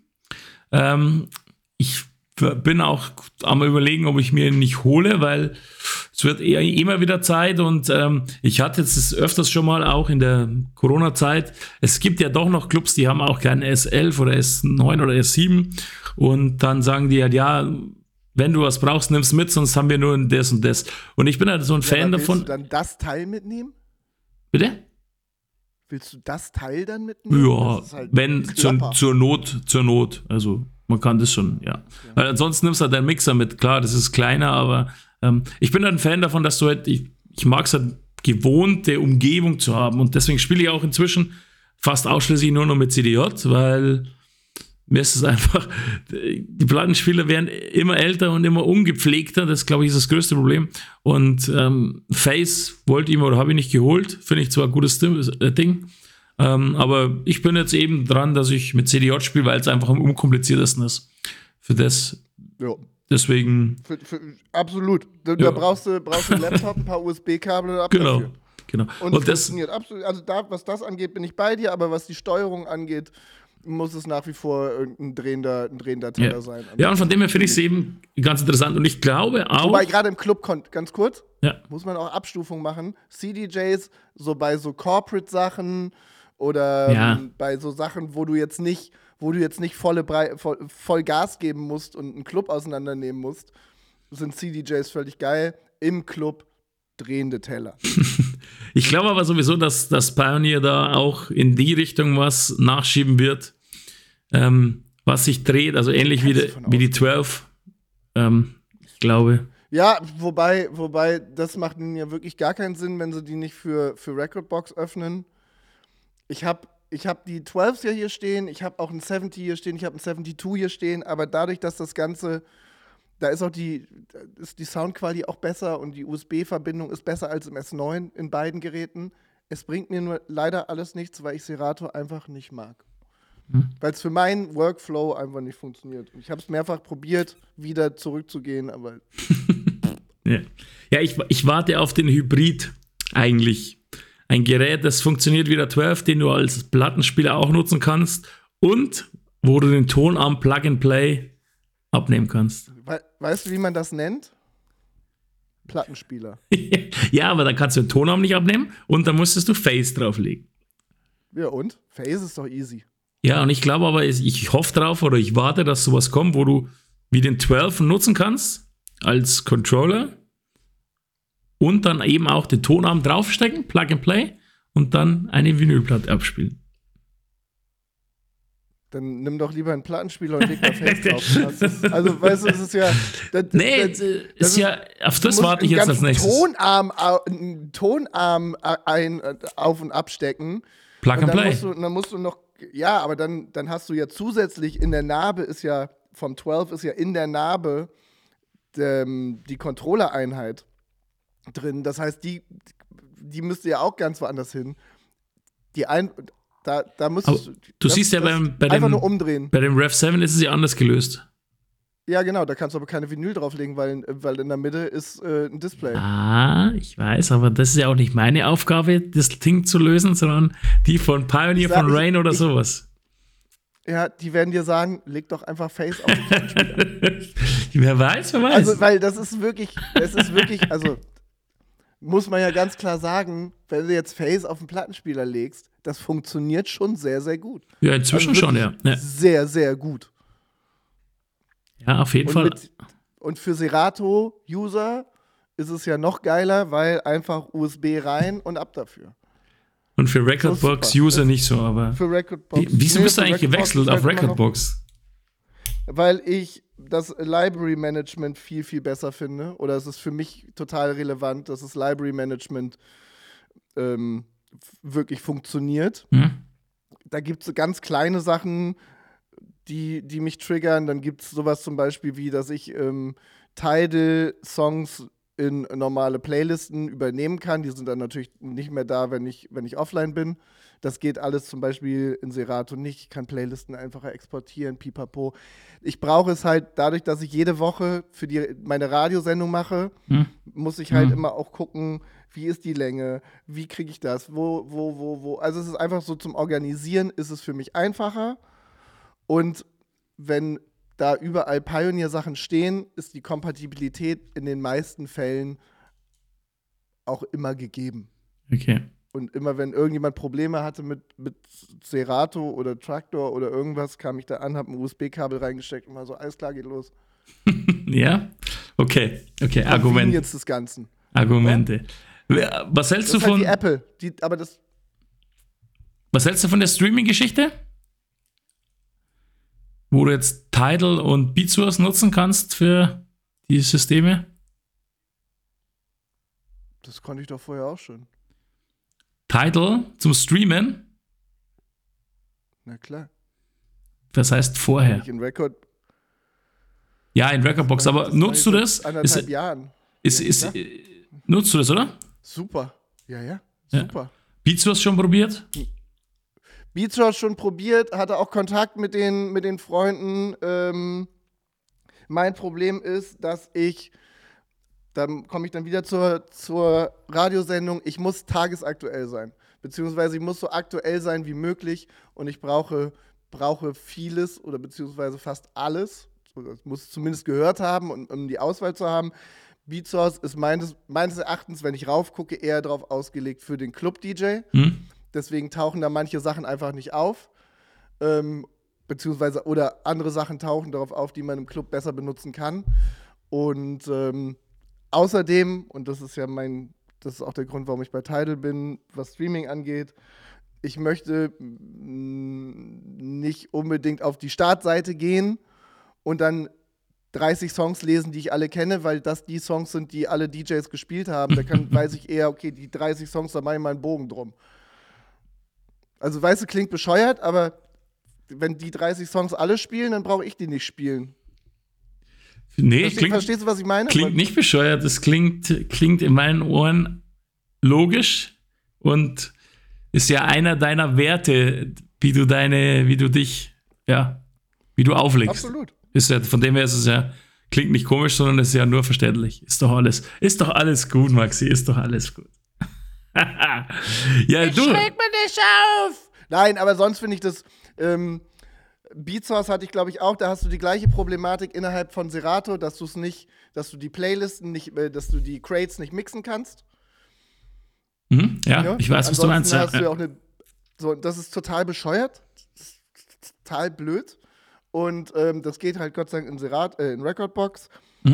Ich bin auch am Überlegen, ob ich mir ihn nicht hole, weil es wird eher immer wieder Zeit und ich hatte jetzt öfters schon mal auch in der Corona-Zeit, es gibt ja doch noch Clubs, die haben auch keinen S11 oder S9 oder S7 und dann sagen die halt, ja, wenn du was brauchst, nimm's mit, sonst haben wir nur das und das. Und ich bin halt so ein Fan davon. Willst du dann das Teil mitnehmen? Bitte? Willst du das Teil dann mitnehmen? Ja, halt wenn zur Not. Also man kann das schon, ja. Okay. Weil ansonsten nimmst du halt deinen Mixer mit. Klar, das ist kleiner, aber ich bin halt ein Fan davon, dass du halt, ich mag es halt, gewohnte Umgebung zu haben. Und deswegen spiele ich auch inzwischen fast ausschließlich nur noch mit CDJ, weil mir ist es einfach, die Plattenspieler werden immer älter und immer ungepflegter. Das, glaube ich, ist das größte Problem. Und Face wollte ich mir oder habe ich nicht geholt. Finde ich zwar ein gutes Ding. Aber ich bin jetzt eben dran, dass ich mit CDJ spiele, weil es einfach am unkompliziertesten ist. Für das. Ja. Deswegen. Absolut. Da brauchst du einen Laptop, ein paar USB-Kabel und ab dafür. Genau. Und das funktioniert absolut. Also was das angeht, bin ich bei dir, aber was die Steuerung angeht, muss es nach wie vor ein drehender Teller sein. Ja, und von dem her finde ich es eben ganz interessant. Und ich glaube auch. Wobei gerade im Club, ganz kurz, muss man auch Abstufungen machen. CDJs, so bei so Corporate-Sachen oder bei so Sachen, wo du jetzt nicht voll Gas geben musst und einen Club auseinandernehmen musst, sind CDJs völlig geil. Im Club drehende Teller. Ich glaube aber sowieso, dass das Pioneer da auch in die Richtung was nachschieben wird, was sich dreht, also ähnlich wie die 12. Ich glaube. Ja, wobei, das macht ihnen ja wirklich gar keinen Sinn, wenn sie die nicht für Recordbox öffnen. Ich hab die 12s ja hier stehen, ich habe auch einen 70 hier stehen, ich habe einen 72 hier stehen, aber dadurch, dass das Ganze, da ist die Soundqualität auch besser und die USB-Verbindung ist besser als im S9 in beiden Geräten. Es bringt mir nur leider alles nichts, weil ich Serato einfach nicht mag. Weil es für meinen Workflow einfach nicht funktioniert. Ich habe es mehrfach probiert, wieder zurückzugehen, aber Ja, ich warte auf den Hybrid eigentlich. Ein Gerät, das funktioniert wie der 12, den du als Plattenspieler auch nutzen kannst und wo du den Tonarm Plug-and-Play abnehmen kannst. Weißt du, wie man das nennt? Plattenspieler. Ja, aber dann kannst du den Tonarm nicht abnehmen und dann musstest du Face drauflegen. Ja, und? Face ist doch easy. Ja, und ich glaube aber, ich hoffe drauf oder ich warte, dass sowas kommt, wo du wie den 12 nutzen kannst als Controller und dann eben auch den Tonarm draufstecken, Plug and Play und dann eine Vinylplatte abspielen. Dann nimm doch lieber einen Plattenspieler und leg da Face drauf. Also, weißt du, es ist ja. Auf das warte ich jetzt als nächstes. Tonarm auf- und abstecken. Plug and Play. Dann musst du noch. Ja, aber dann hast du ja zusätzlich in der Narbe vom 12 ist ja in der Narbe die Controller-Einheit drin. Das heißt, die müsste ja auch ganz woanders hin. Da müsstest du siehst ja einfach nur umdrehen. Bei dem Rev 7 ist es ja anders gelöst. Ja, genau, da kannst du aber keine Vinyl drauflegen, weil in der Mitte ist ein Display. Ich weiß, aber das ist ja auch nicht meine Aufgabe, das Ding zu lösen, sondern die von Pioneer, von Rain oder sowas. Ja, die werden dir sagen, leg doch einfach Face auf den Plattenspieler. Wer weiß. Also, weil das ist wirklich, also muss man ja ganz klar sagen, wenn du jetzt Face auf den Plattenspieler legst, das funktioniert schon sehr, sehr gut. Ja, inzwischen also schon, ja. Sehr, sehr gut. Ja, auf jeden Fall. Und für Serato-User ist es ja noch geiler, weil einfach USB rein und ab dafür. Und für Recordbox-User nicht so, aber. Für Recordbox. Wieso bist du eigentlich gewechselt auf Recordbox? weil ich das Library Management viel, viel besser finde. Oder es ist für mich total relevant, dass das Library Management wirklich funktioniert. Da gibt es so ganz kleine Sachen, die mich triggern. Dann gibt es sowas zum Beispiel wie, dass ich Tidal-Songs in normale Playlisten übernehmen kann. Die sind dann natürlich nicht mehr da, wenn ich offline bin. Das geht alles zum Beispiel in Serato nicht. Ich kann Playlisten einfacher exportieren, pipapo. Ich brauche es halt dadurch, dass ich jede Woche für meine Radiosendung mache, muss ich halt immer auch gucken, wie ist die Länge, wie kriege ich das, wo. Also es ist einfach so, zum Organisieren ist es für mich einfacher. Und wenn da überall Pioneer-Sachen stehen, ist die Kompatibilität in den meisten Fällen auch immer gegeben. Okay. Und immer wenn irgendjemand Probleme hatte mit Serato oder Traktor oder irgendwas, kam ich da an, habe ein USB-Kabel reingesteckt und war so, alles klar, geht los. Ja? Okay, Argumente. Jetzt des Ganzen. Argumente. Ja? Was hältst du Das ist von halt wie Apple. Was hältst du von der Streaming-Geschichte? Wo du jetzt Tidal und BeatSource nutzen kannst für die Systeme? Das konnte ich doch vorher auch schon. Tidal zum Streamen? Na klar. Das heißt vorher. Ich in Record. Ja, in Recordbox, aber nutzt du das? Anderthalb Jahren. Nutzt du das, oder? Super. Ja. Super. BeatSource schon probiert? BeatSource schon probiert, hatte auch Kontakt mit den Freunden. Mein Problem ist, dass dann komme ich dann wieder zur Radiosendung, ich muss tagesaktuell sein. Beziehungsweise ich muss so aktuell sein wie möglich und ich brauche vieles oder beziehungsweise fast alles. Ich muss es zumindest gehört haben, um die Auswahl zu haben. BeatSource ist meines Erachtens, wenn ich raufgucke, eher darauf ausgelegt für den Club-DJ. Deswegen tauchen da manche Sachen einfach nicht auf. Beziehungsweise oder andere Sachen tauchen darauf auf, die man im Club besser benutzen kann. Und außerdem, und das ist auch der Grund, warum ich bei Tidal bin, was Streaming angeht, ich möchte nicht unbedingt auf die Startseite gehen und dann 30 Songs lesen, die ich alle kenne, weil das die Songs sind, die alle DJs gespielt haben. Da weiß ich eher, okay, die 30 Songs, da mache ich mal einen Bogen drum. Also, weißt du, klingt bescheuert, aber wenn die 30 Songs alle spielen, dann brauche ich die nicht spielen. Nee, verstehst du, was ich meine? Klingt nicht bescheuert, das klingt in meinen Ohren logisch und ist ja einer deiner Werte, wie du auflegst. Absolut. Von dem her ist es ja, klingt nicht komisch, sondern ist ja nur verständlich. Ist doch alles gut, Maxi, ist doch alles gut. Ja, ich schräg mir nicht auf! Nein, aber sonst finde ich das, BeatSource hatte ich, glaube ich, auch, da hast du die gleiche Problematik innerhalb von Serato, dass du die Playlisten nicht, dass du die Crates nicht mixen kannst. Ja, ich weiß, was du meinst. Hast du ja auch das ist total bescheuert, das ist total blöd. Und das geht halt Gott sei Dank in Recordbox.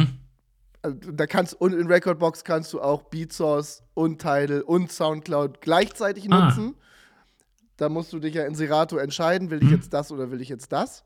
Also, in Recordbox kannst du auch BeatSource und Tidal und Soundcloud gleichzeitig nutzen. Da musst du dich ja in Serato entscheiden, will ich jetzt das oder will ich jetzt das.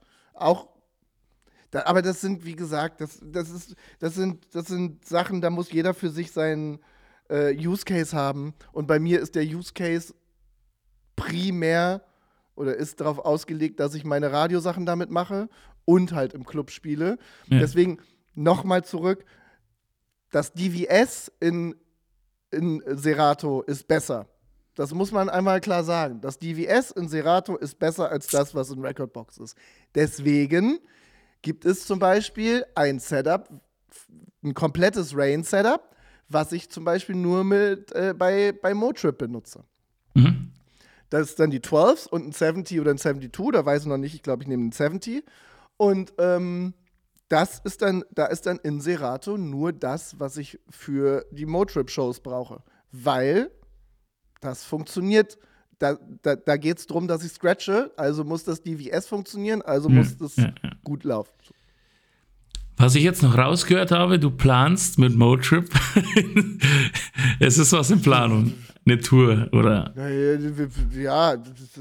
Aber das sind, wie gesagt, das sind Sachen, da muss jeder für sich seinen Use Case haben. Und bei mir ist der Use Case primär oder ist darauf ausgelegt, dass ich meine Radiosachen damit mache und halt im Club spiele. Ja. Deswegen nochmal zurück, das DVS in Serato ist besser. Das muss man einmal klar sagen. Das DVS in Serato ist besser als das, was in Recordbox ist. Deswegen gibt es zum Beispiel ein Setup, ein komplettes Rain-Setup, was ich zum Beispiel nur bei Motrip benutze. Das ist dann die 12s und ein 70 oder ein 72, da weiß ich noch nicht, ich glaube, ich nehme einen 70. Und da ist dann in Serato nur das, was ich für die Motrip-Shows brauche. Weil das funktioniert. Da geht es darum, dass ich scratche, also muss das DVS funktionieren, also muss das gut laufen. Was ich jetzt noch rausgehört habe, du planst mit Motrip. Es ist was in Planung. Eine Tour, oder? Ja,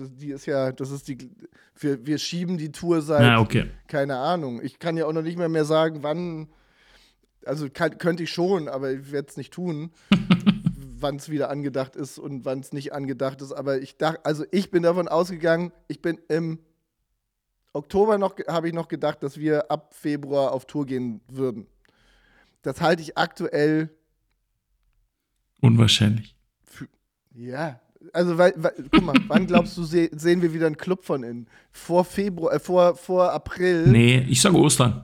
wir schieben die Tour seit, Okay. keine Ahnung. Ich kann ja auch noch nicht mehr sagen, wann, also könnte ich schon, aber ich werde es nicht tun, wann es wieder angedacht ist und wann es nicht angedacht ist. Aber ich bin davon ausgegangen, ich bin im Oktober habe ich noch gedacht, dass wir ab Februar auf Tour gehen würden. Das halte ich aktuell unwahrscheinlich. Ja, also guck mal, wann glaubst du, sehen wir wieder einen Club von innen? Vor Februar, vor April? Nee, ich sage Ostern.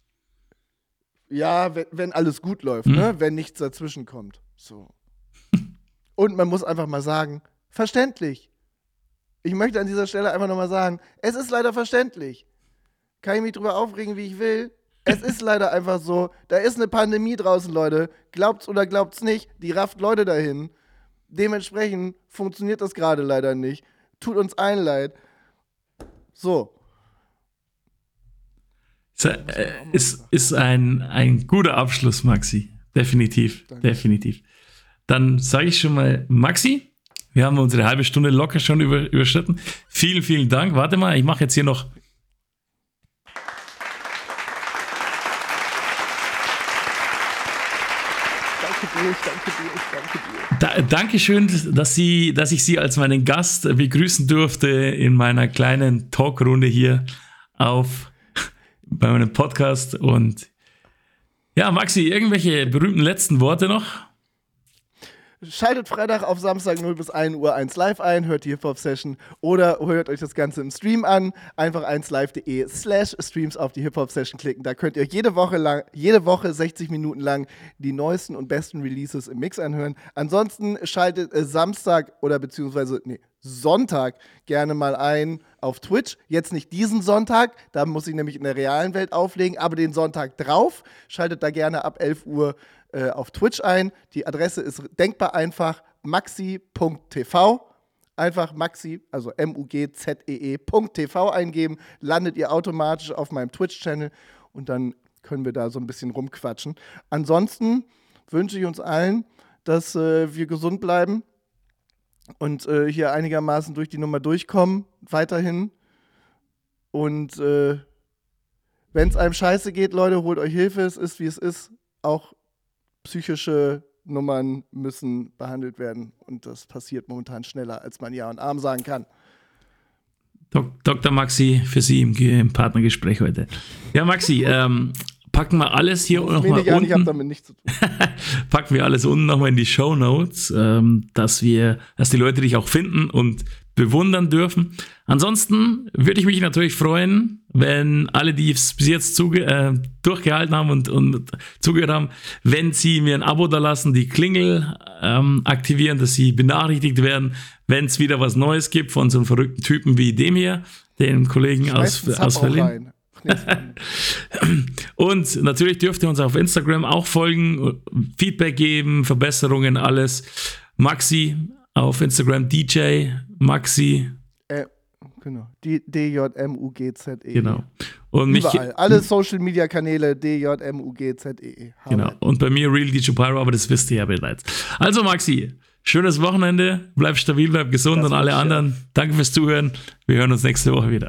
Ja, wenn alles gut läuft, ne? Wenn nichts dazwischen kommt. So. Und man muss einfach mal sagen, verständlich. Ich möchte an dieser Stelle einfach nochmal sagen, es ist leider verständlich. Kann ich mich drüber aufregen, wie ich will? Es ist leider einfach so, da ist eine Pandemie draußen, Leute. Glaubt's oder glaubt's nicht, die rafft Leute dahin. Dementsprechend funktioniert das gerade leider nicht. Tut uns allen leid. So. Ist ein guter Abschluss, Maxi. Definitiv. Danke. Definitiv. Dann sage ich schon mal, Maxi, wir haben unsere halbe Stunde locker schon überschritten. Vielen, vielen Dank. Warte mal, ich mache jetzt hier noch. Danke dir. Dankeschön, dass ich Sie als meinen Gast begrüßen durfte in meiner kleinen Talkrunde hier bei meinem Podcast. Und ja, Maxi, irgendwelche berühmten letzten Worte noch? Schaltet Freitag auf Samstag 0 bis 1 Uhr 1 Live ein, hört die Hip-Hop-Session oder hört euch das Ganze im Stream an. Einfach 1live.de/streams auf die Hip-Hop-Session klicken. Da könnt ihr jede Woche 60 Minuten lang die neuesten und besten Releases im Mix anhören. Ansonsten schaltet Sonntag gerne mal ein auf Twitch. Jetzt nicht diesen Sonntag, da muss ich nämlich in der realen Welt auflegen, aber den Sonntag drauf. Schaltet da gerne ab 11 Uhr auf Twitch ein. Die Adresse ist denkbar einfach, maxi.tv. Einfach Maxi, also MUGZEE.tv eingeben, landet ihr automatisch auf meinem Twitch-Channel und dann können wir da so ein bisschen rumquatschen. Ansonsten wünsche ich uns allen, dass wir gesund bleiben und hier einigermaßen durch die Nummer durchkommen, weiterhin. Und wenn es einem scheiße geht, Leute, holt euch Hilfe, es ist, wie es ist. Auch psychische Nummern müssen behandelt werden und das passiert momentan schneller, als man Ja und Arm sagen kann. Dr. Maxi, für Sie im Partnergespräch heute. Ja, Maxi, packen wir alles hier nochmal unten. Ich habe damit nichts zu tun. Packen wir alles unten nochmal in die Shownotes, dass die Leute dich auch finden und bewundern dürfen. Ansonsten würde ich mich natürlich freuen, wenn alle, die es bis jetzt durchgehalten haben und zugehört haben, wenn sie mir ein Abo da lassen, die Klingel aktivieren, dass sie benachrichtigt werden, wenn es wieder was Neues gibt von so einem verrückten Typen wie dem hier, den Kollegen aus Berlin. Und natürlich dürft ihr uns auf Instagram auch folgen, Feedback geben, Verbesserungen, alles. Maxi auf Instagram, DJ Maxi. Genau, DJMUGZE. Genau. Und überall, alle Social-Media-Kanäle DJMUGZE. Genau, und bei mir Real DJ Pyro, aber das wisst ihr ja bereits. Also Maxi, schönes Wochenende, bleib stabil, bleib gesund und alle anderen, danke fürs Zuhören. Wir hören uns nächste Woche wieder.